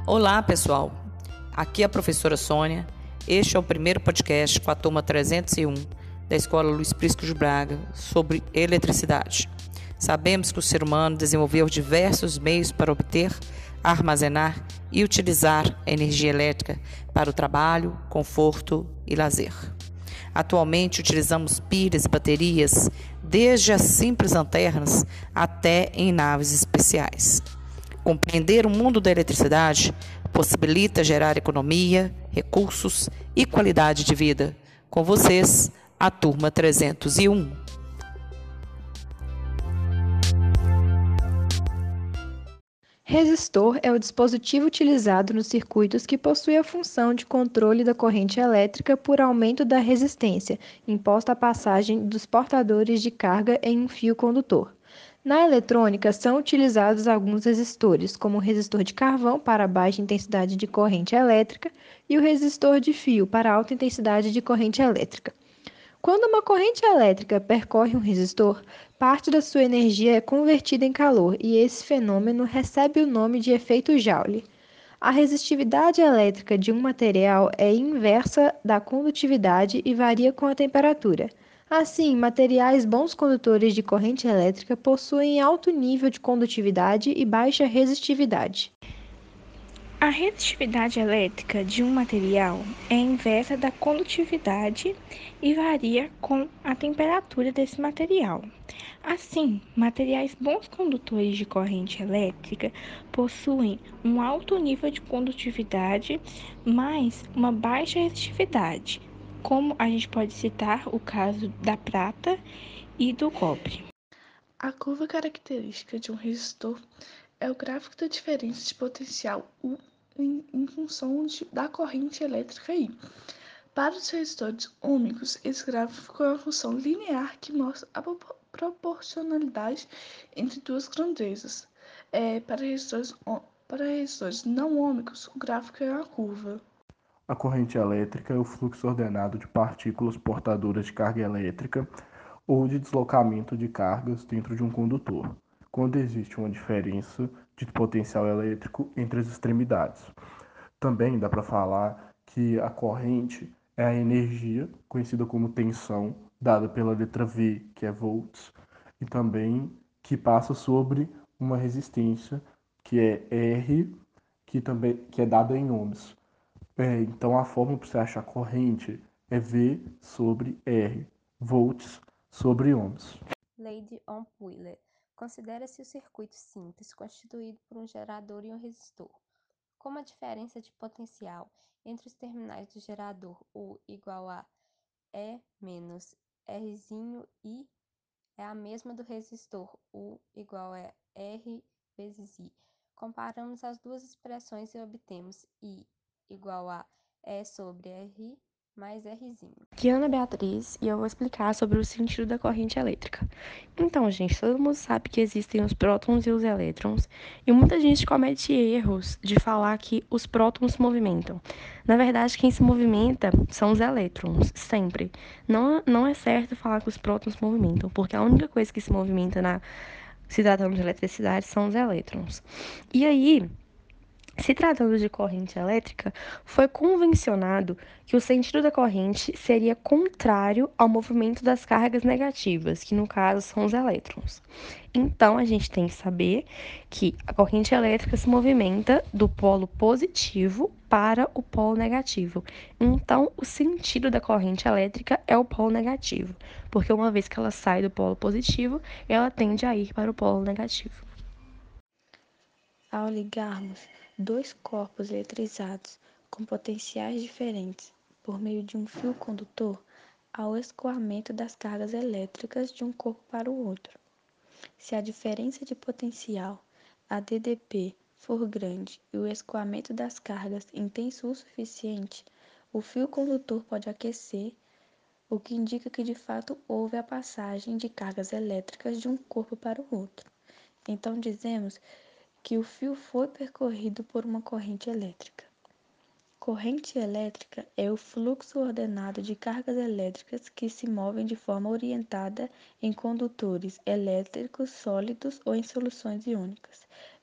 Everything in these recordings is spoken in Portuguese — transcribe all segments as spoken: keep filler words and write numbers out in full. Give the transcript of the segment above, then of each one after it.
Olá, pessoal. Aqui é a professora Sônia. Este é o primeiro podcast com a turma trezentos e um da Escola Luiz Prisco de Braga sobre eletricidade. Sabemos que o ser humano desenvolveu diversos meios para obter, armazenar e utilizar a energia elétrica para o trabalho, conforto e lazer. Atualmente utilizamos pilhas e baterias, desde as simples lanternas até em naves especiais. Compreender o mundo da eletricidade possibilita gerar economia, recursos e qualidade de vida. Com vocês, a turma trezentos e um. Resistor é o dispositivo utilizado nos circuitos que possui a função de controle da corrente elétrica por aumento da resistência imposta à passagem dos portadores de carga em um fio condutor. Na eletrônica, são utilizados alguns resistores, como o resistor de carvão para baixa intensidade de corrente elétrica e o resistor de fio para alta intensidade de corrente elétrica. Quando uma corrente elétrica percorre um resistor, parte da sua energia é convertida em calor e esse fenômeno recebe o nome de efeito Joule. A resistividade elétrica de um material é inversa da condutividade e varia com a temperatura. Assim, materiais bons condutores de corrente elétrica possuem alto nível de condutividade e baixa resistividade. A resistividade elétrica de um material é inversa da condutividade e varia com a temperatura desse material. Assim, materiais bons condutores de corrente elétrica possuem um alto nível de condutividade, mas uma baixa resistividade, como a gente pode citar o caso da prata e do cobre. A curva característica de um resistor é o gráfico da diferença de potencial U em, em função de, da corrente elétrica I. Para os resistores ômicos, esse gráfico é uma função linear que mostra a proporcionalidade entre duas grandezas. É, para, resistores, para resistores não ômicos, o gráfico é uma curva. A corrente elétrica é o fluxo ordenado de partículas portadoras de carga elétrica ou de deslocamento de cargas dentro de um condutor, quando existe uma diferença de potencial elétrico entre as extremidades. Também dá para falar que a corrente é a energia, conhecida como tensão, dada pela letra V, que é volts, e também que passa sobre uma resistência, que é R, que também que é dada em ohms. É, então a fórmula para você achar corrente é V sobre R, volts sobre ohms. Lei de Ohm-Wheeler. Considera-se o circuito simples constituído por um gerador e um resistor. Como a diferença de potencial entre os terminais do gerador U igual a E menos Rzinho I é a mesma do resistor U igual a R vezes I. Comparamos as duas expressões e obtemos I igual a E sobre R mais Rzinho. Aqui é Ana Beatriz e eu vou explicar sobre o sentido da corrente elétrica. Então, gente, todo mundo sabe que existem os prótons e os elétrons, e muita gente comete erros de falar que os prótons se movimentam. Na verdade, quem se movimenta são os elétrons, sempre. Não, não é certo falar que os prótons se movimentam, porque a única coisa que se movimenta na se tratando de eletricidade são os elétrons. E aí, se tratando de corrente elétrica, foi convencionado que o sentido da corrente seria contrário ao movimento das cargas negativas, que no caso são os elétrons. Então, a gente tem que saber que a corrente elétrica se movimenta do polo positivo para o polo negativo. Então, o sentido da corrente elétrica é o polo negativo, porque uma vez que ela sai do polo positivo, ela tende a ir para o polo negativo. Ao ligarmos dois corpos eletrizados com potenciais diferentes por meio de um fio condutor, há o escoamento das cargas elétricas de um corpo para o outro. Se a diferença de potencial, a D D P, for grande e o escoamento das cargas intenso o suficiente, o fio condutor pode aquecer, o que indica que de fato houve a passagem de cargas elétricas de um corpo para o outro. Então dizemos que o fio foi percorrido por uma corrente elétrica. Corrente elétrica é o fluxo ordenado de cargas elétricas que se movem de forma orientada em condutores elétricos sólidos ou em soluções iônicas.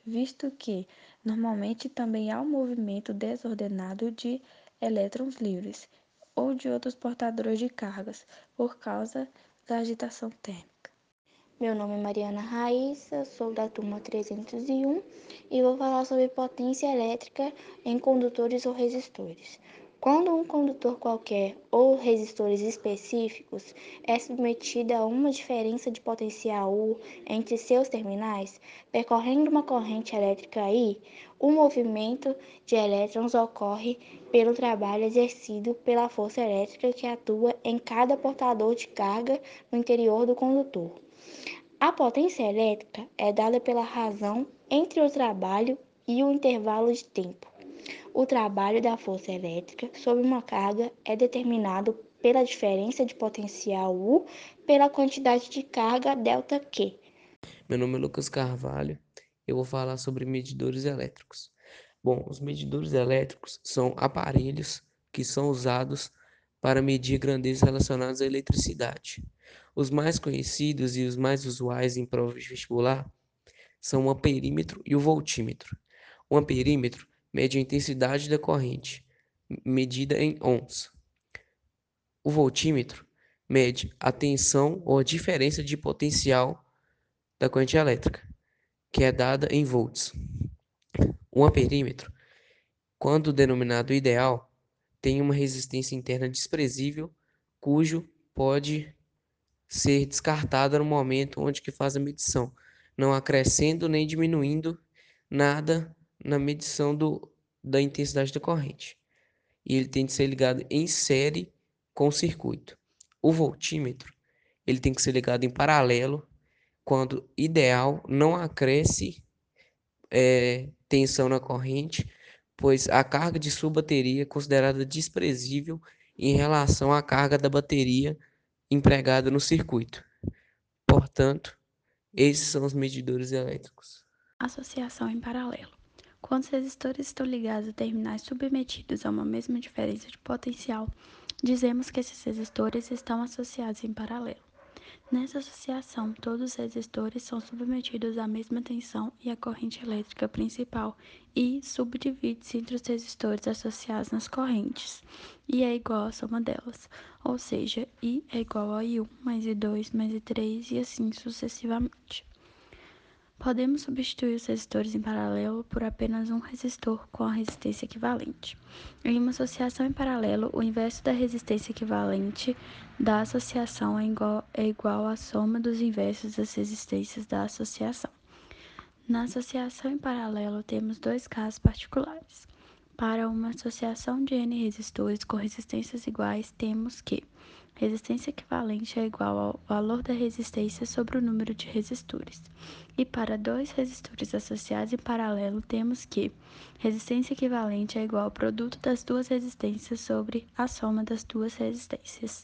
visto que normalmente também há um movimento desordenado de elétrons livres ou de outros portadores de cargas por causa da agitação térmica. Meu nome é Mariana Raíssa, sou da turma trezentos e um e vou falar sobre potência elétrica em condutores ou resistores. Quando um condutor qualquer ou resistores específicos é submetido a uma diferença de potencial U entre seus terminais, percorrendo uma corrente elétrica I, o movimento de elétrons ocorre pelo trabalho exercido pela força elétrica que atua em cada portador de carga no interior do condutor. A potência elétrica é dada pela razão entre o trabalho e o intervalo de tempo. O trabalho da força elétrica sobre uma carga é determinado pela diferença de potencial U pela quantidade de carga ΔQ. Meu nome é Lucas Carvalho. Eu vou falar sobre medidores elétricos. Bom, os medidores elétricos são aparelhos que são usados para medir grandezas relacionadas à eletricidade. Os mais conhecidos e os mais usuais em provas de vestibular são o amperímetro e o voltímetro. O amperímetro mede a intensidade da corrente, medida em ohms. O voltímetro mede a tensão ou a diferença de potencial da corrente elétrica, que é dada em volts. O amperímetro, quando denominado ideal, tem uma resistência interna desprezível, cujo pode ser descartada no momento onde que faz a medição, não acrescendo nem diminuindo nada na medição do, da intensidade da corrente. E ele tem que ser ligado em série com o circuito. O voltímetro, ele tem que ser ligado em paralelo, quando ideal, não acresce é, tensão na corrente, pois a carga de sua bateria é considerada desprezível em relação à carga da bateria empregada no circuito. Portanto, esses são os medidores elétricos. Associação em paralelo. Quando os resistores estão ligados a terminais submetidos a uma mesma diferença de potencial, dizemos que esses resistores estão associados em paralelo. Nessa associação, todos os resistores são submetidos à mesma tensão e à corrente elétrica principal e subdivide-se entre os resistores associados nas correntes, I é igual à soma delas, ou seja, I é igual a I um mais I dois mais I três e assim sucessivamente. Podemos substituir os resistores em paralelo por apenas um resistor com a resistência equivalente. Em uma associação em paralelo, o inverso da resistência equivalente da associação é igual, é igual à soma dos inversos das resistências da associação. Na associação em paralelo, temos dois casos particulares. Para uma associação de N resistores com resistências iguais, temos que resistência equivalente é igual ao valor da resistência sobre o número de resistores. E para dois resistores associados em paralelo, temos que resistência equivalente é igual ao produto das duas resistências sobre a soma das duas resistências.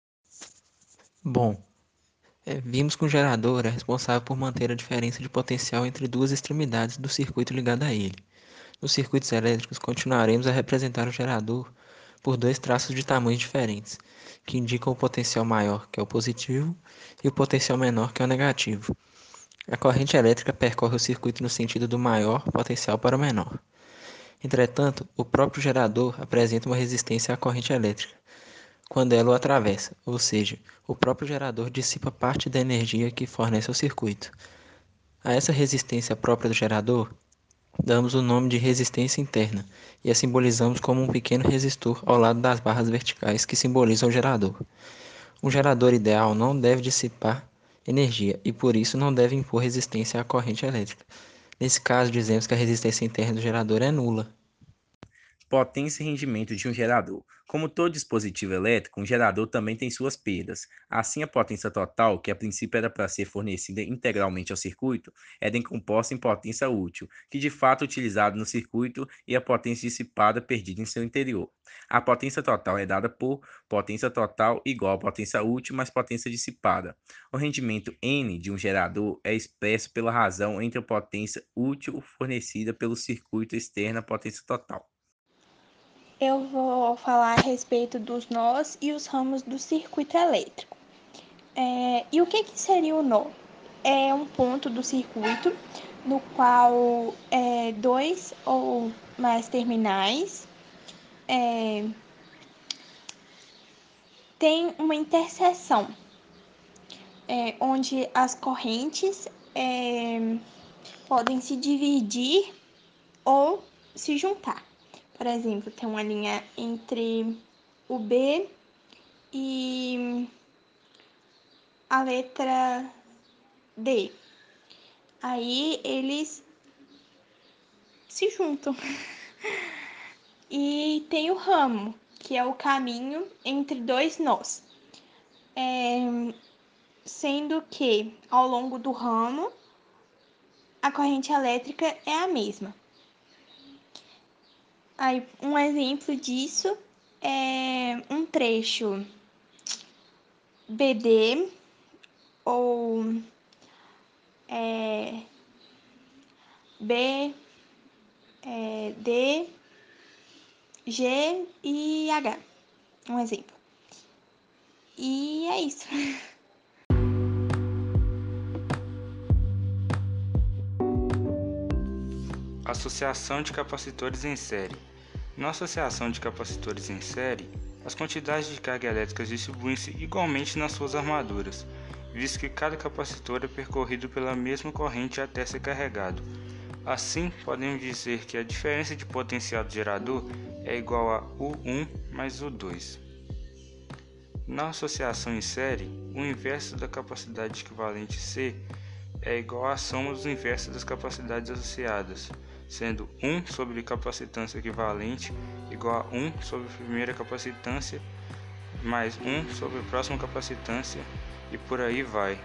Bom, é, vimos que o gerador é responsável por manter a diferença de potencial entre duas extremidades do circuito ligado a ele. Nos circuitos elétricos, continuaremos a representar o gerador por dois traços de tamanhos diferentes, que indicam o potencial maior, que é o positivo, e o potencial menor, que é o negativo. A corrente elétrica percorre o circuito no sentido do maior potencial para o menor. Entretanto, o próprio gerador apresenta uma resistência à corrente elétrica quando ela o atravessa, ou seja, o próprio gerador dissipa parte da energia que fornece ao circuito. A essa resistência própria do gerador, damos o nome de resistência interna e a simbolizamos como um pequeno resistor ao lado das barras verticais que simbolizam o gerador. Um gerador ideal não deve dissipar energia e por isso não deve impor resistência à corrente elétrica. Nesse caso, dizemos que a resistência interna do gerador é nula. Potência e rendimento de um gerador. Como todo dispositivo elétrico, um gerador também tem suas perdas. Assim, a potência total, que a princípio era para ser fornecida integralmente ao circuito, é decomposta em potência útil, que de fato é utilizada no circuito, e a potência dissipada perdida em seu interior. A potência total é dada por potência total igual a potência útil mais potência dissipada. O rendimento N de um gerador é expresso pela razão entre a potência útil fornecida pelo circuito externo à potência total. Eu vou falar a respeito dos nós e os ramos do circuito elétrico. É, e o que, que seria o nó? é um ponto do circuito no qual é, dois ou mais terminais é, tem uma interseção, é, onde as correntes é, podem se dividir ou se juntar. Por exemplo, tem uma linha entre o B e a letra D. Aí eles se juntam. E tem o ramo, que é o caminho entre dois nós. É, sendo que ao longo do ramo a corrente elétrica é a mesma. Aí, um exemplo disso é um trecho B D ou é, B, é, D, G e H. Um exemplo. E é isso. Associação de capacitores em série. Na associação de capacitores em série, as quantidades de carga elétrica distribuem-se igualmente nas suas armaduras, visto que cada capacitor é percorrido pela mesma corrente até ser carregado. Assim, podemos dizer que a diferença de potencial do gerador é igual a U um mais U dois. Na associação em série, o inverso da capacidade equivalente C é igual à soma dos inversos das capacidades associadas, sendo um sobre capacitância equivalente igual a um sobre a primeira capacitância mais um sobre a próxima capacitância e por aí vai.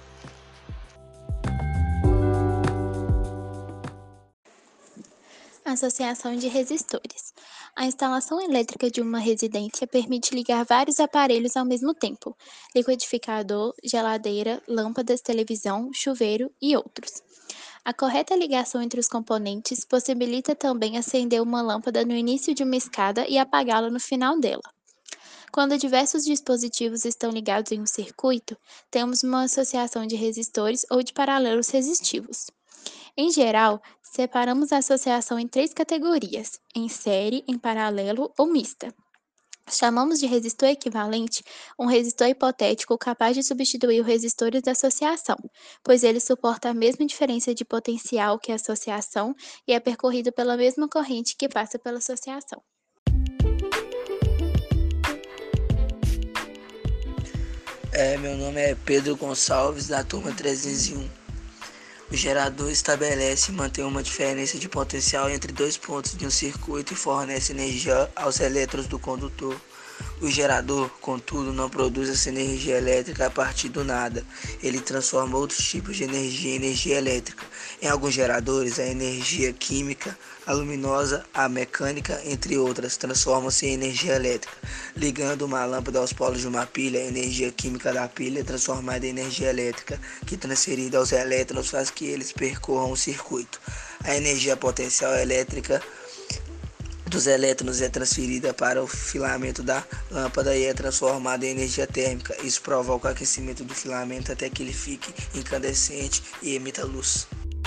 Associação de resistores. A instalação elétrica de uma residência permite ligar vários aparelhos ao mesmo tempo: liquidificador, geladeira, lâmpadas, televisão, chuveiro e outros. A correta ligação entre os componentes possibilita também acender uma lâmpada no início de uma escada e apagá-la no final dela. Quando diversos dispositivos estão ligados em um circuito, temos uma associação de resistores ou de paralelos resistivos. Em geral, separamos a associação em três categorias: em série, em paralelo ou mista. Chamamos de resistor equivalente um resistor hipotético capaz de substituir os resistores da associação, pois ele suporta a mesma diferença de potencial que a associação e é percorrido pela mesma corrente que passa pela associação. É, meu nome é Pedro Gonçalves, da turma trezentos e um. O gerador estabelece e mantém uma diferença de potencial entre dois pontos de um circuito e fornece energia aos elétrons do condutor. O gerador, contudo, não produz essa energia elétrica a partir do nada. Ele transforma outros tipos de energia em energia elétrica. Em alguns geradores, a energia química, a luminosa, a mecânica, entre outras, transformam-se em energia elétrica. Ligando uma lâmpada aos polos de uma pilha, a energia química da pilha é transformada em energia elétrica, que transferida aos elétrons faz que eles percorram o circuito. A energia potencial elétrica dos elétrons é transferida para o filamento da lâmpada e é transformada em energia térmica. Isso provoca o aquecimento do filamento até que ele fique incandescente e emita luz.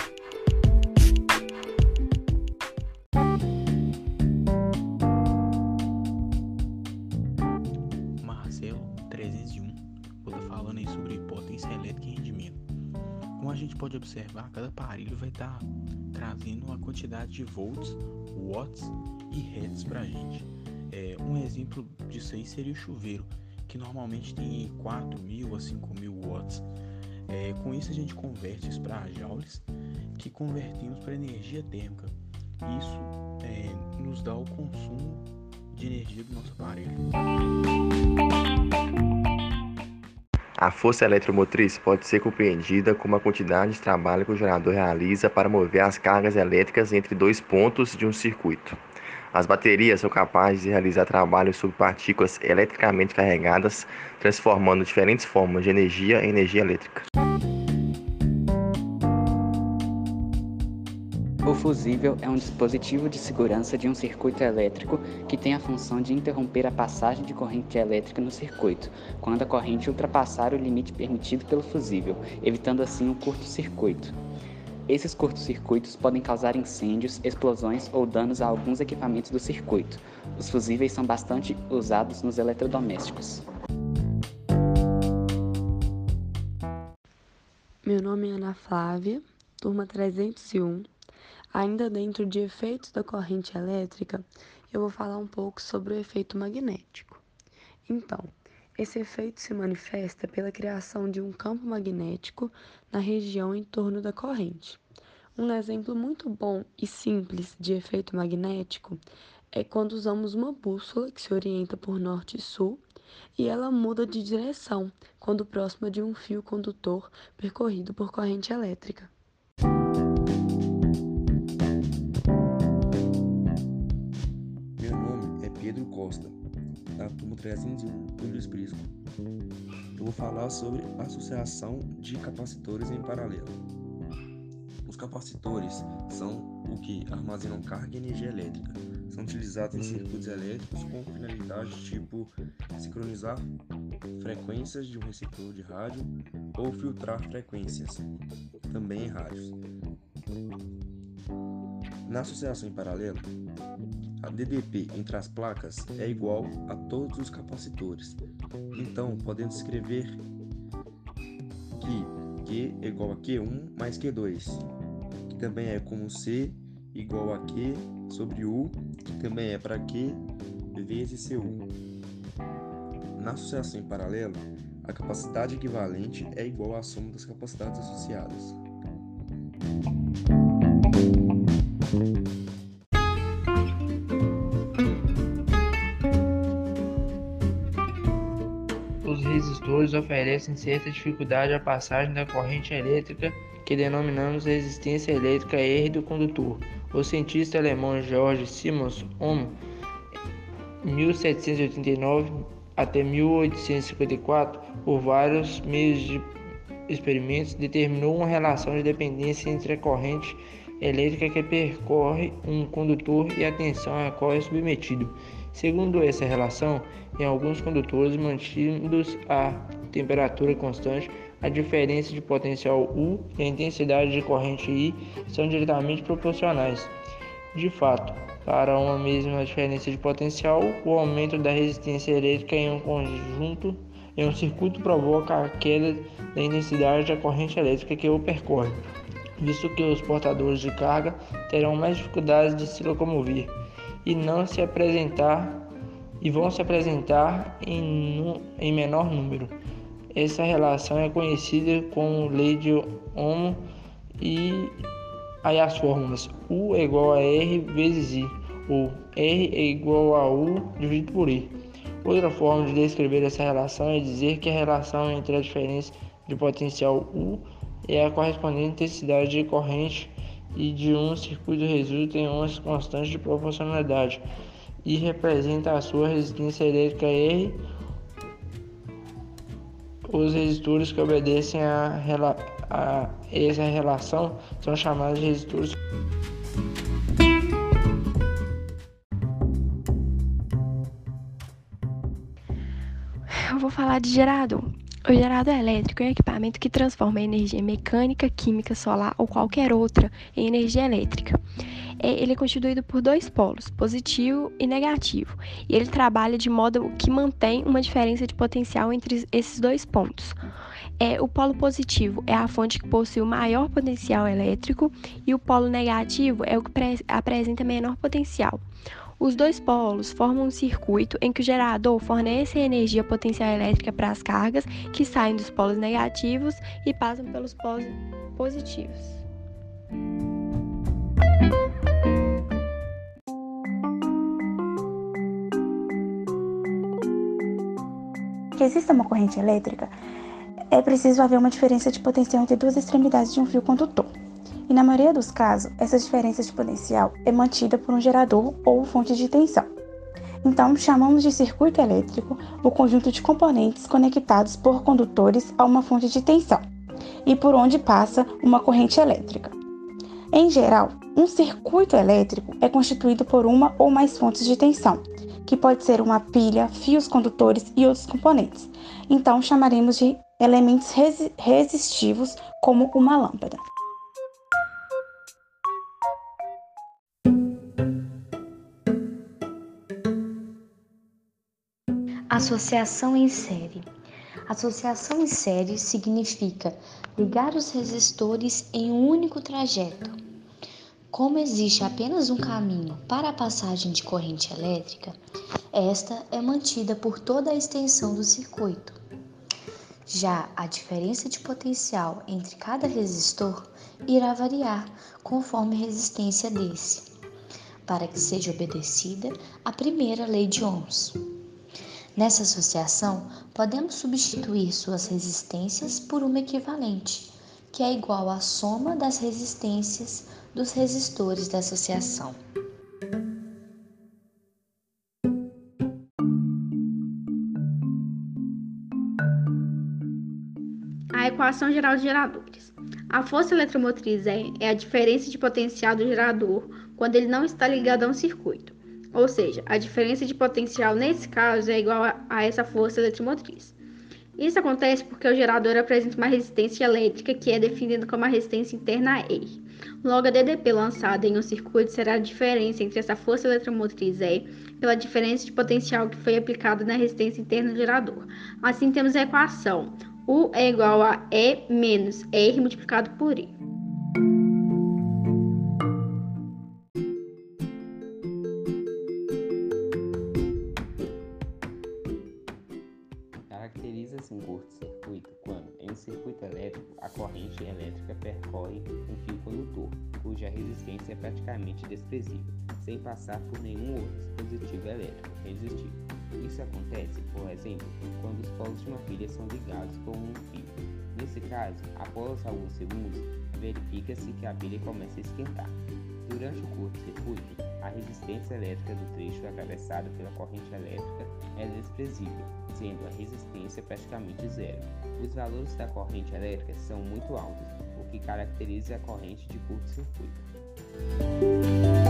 Marcelo, trezentos e um, vou estar falando aí sobre potência elétrica e rendimento. Como a gente pode observar, cada aparelho vai estar trazendo uma quantidade de volts, watts e hertz para a gente. É, um exemplo disso aí seria o chuveiro, que normalmente tem quatro mil a cinco mil watts. É, com isso a gente converte isso para joules, que convertimos para energia térmica. Isso é, nos dá o consumo de energia do nosso aparelho. A força eletromotriz pode ser compreendida como a quantidade de trabalho que o gerador realiza para mover as cargas elétricas entre dois pontos de um circuito. As baterias são capazes de realizar trabalhos sobre partículas eletricamente carregadas, transformando diferentes formas de energia em energia elétrica. O fusível é um dispositivo de segurança de um circuito elétrico que tem a função de interromper a passagem de corrente elétrica no circuito, quando a corrente ultrapassar o limite permitido pelo fusível, evitando assim um curto-circuito. Esses curtos-circuitos podem causar incêndios, explosões ou danos a alguns equipamentos do circuito. Os fusíveis são bastante usados nos eletrodomésticos. Meu nome é Ana Flávia, turma trezentos e um. Ainda dentro de efeitos da corrente elétrica, eu vou falar um pouco sobre o efeito magnético. Então, esse efeito se manifesta pela criação de um campo magnético na região em torno da corrente. Um exemplo muito bom e simples de efeito magnético é quando usamos uma bússola que se orienta por norte e sul e ela muda de direção quando próxima de um fio condutor percorrido por corrente elétrica. Meu nome é Pedro Costa, da turma trezentos e um do Luiz Prisco. Eu vou falar sobre associação de capacitores em paralelo. Os capacitores são o que armazenam carga e energia elétrica. São utilizados em circuitos elétricos com finalidade tipo sincronizar frequências de um receptor de rádio ou filtrar frequências, também em rádios. Na associação em paralelo, a D D P entre as placas é igual a todos os capacitores. Então, podemos escrever que Q é igual a Q um mais Q dois, que também é como C igual a Q sobre U, que também é para Q vezes C U. Na associação em paralelo, a capacidade equivalente é igual à soma das capacidades associadas. Os resistores oferecem certa dificuldade à passagem da corrente elétrica, que denominamos resistência elétrica R do condutor. O cientista alemão Georg Simons Ohm, mil setecentos e oitenta e nove até mil oitocentos e cinquenta e quatro, por vários meios de experimentos, determinou uma relação de dependência entre a corrente elétrica que percorre um condutor e a tensão a qual é submetido. Segundo essa relação, em alguns condutores mantidos a temperatura constante, a diferença de potencial U e a intensidade de corrente I são diretamente proporcionais. De fato, para uma mesma diferença de potencial, o aumento da resistência elétrica em um conjunto, em um circuito provoca a queda da intensidade da corrente elétrica que o percorre, visto que os portadores de carga terão mais dificuldades de se locomover e não se apresentar e vão se apresentar em, em menor número. Essa relação é conhecida como lei de Ohm e aí as fórmulas U é igual a R vezes I, ou R é igual a U dividido por I. Outra forma de descrever essa relação é dizer que a relação entre a diferença de potencial U e a correspondente intensidade de corrente e de um circuito resulta em uma constante de proporcionalidade e representa a sua resistência elétrica R. Os resistores que obedecem a, a essa relação são chamados de resistores. Eu vou falar de gerador. O gerador elétrico é um equipamento que transforma a energia mecânica, química, solar ou qualquer outra em energia elétrica. Ele é constituído por dois polos, positivo e negativo, e ele trabalha de modo que mantém uma diferença de potencial entre esses dois pontos. É, o polo positivo é a fonte que possui o maior potencial elétrico e o polo negativo é o que apresenta menor potencial. Os dois polos formam um circuito em que o gerador fornece energia potencial elétrica para as cargas que saem dos polos negativos e passam pelos polos positivos. Que exista uma corrente elétrica, é preciso haver uma diferença de potencial entre duas extremidades de um fio condutor. E na maioria dos casos, essa diferença de potencial é mantida por um gerador ou fonte de tensão. Então, chamamos de circuito elétrico o conjunto de componentes conectados por condutores a uma fonte de tensão e por onde passa uma corrente elétrica. Em geral, um circuito elétrico é constituído por uma ou mais fontes de tensão, que pode ser uma pilha, fios condutores e outros componentes. Então, chamaremos de elementos resi- resistivos, como uma lâmpada. Associação em série. Associação em série significa ligar os resistores em um único trajeto. Como existe apenas um caminho para a passagem de corrente elétrica, esta é mantida por toda a extensão do circuito. Já a diferença de potencial entre cada resistor irá variar conforme a resistência desse, para que seja obedecida a primeira lei de Ohms. Nessa associação, podemos substituir suas resistências por uma equivalente, que é igual à soma das resistências dos resistores da associação. A equação geral de geradores. A força eletromotriz E é a diferença de potencial do gerador quando ele não está ligado a um circuito. Ou seja, a diferença de potencial nesse caso é igual a, a essa força eletromotriz. Isso acontece porque o gerador apresenta uma resistência elétrica que é definida como a resistência interna E. Logo, a D D P lançada em um circuito será a diferença entre essa força eletromotriz E pela diferença de potencial que foi aplicada na resistência interna do gerador. Assim, temos a equação U é igual a E menos R multiplicado por I. Caracteriza-se um curto-circuito quando, em um circuito elétrico, a corrente elétrica percorre um fio condutor, cuja resistência é praticamente desprezível, sem passar por nenhum outro dispositivo elétrico resistível. Isso acontece, por exemplo, quando os polos de uma pilha são ligados com um fio. Nesse caso, após alguns segundos, verifica-se que a pilha começa a esquentar. Durante o curto-circuito, a resistência elétrica do trecho atravessado pela corrente elétrica é desprezível, sendo a resistência praticamente zero. Os valores da corrente elétrica são muito altos, o que caracteriza a corrente de curto-circuito.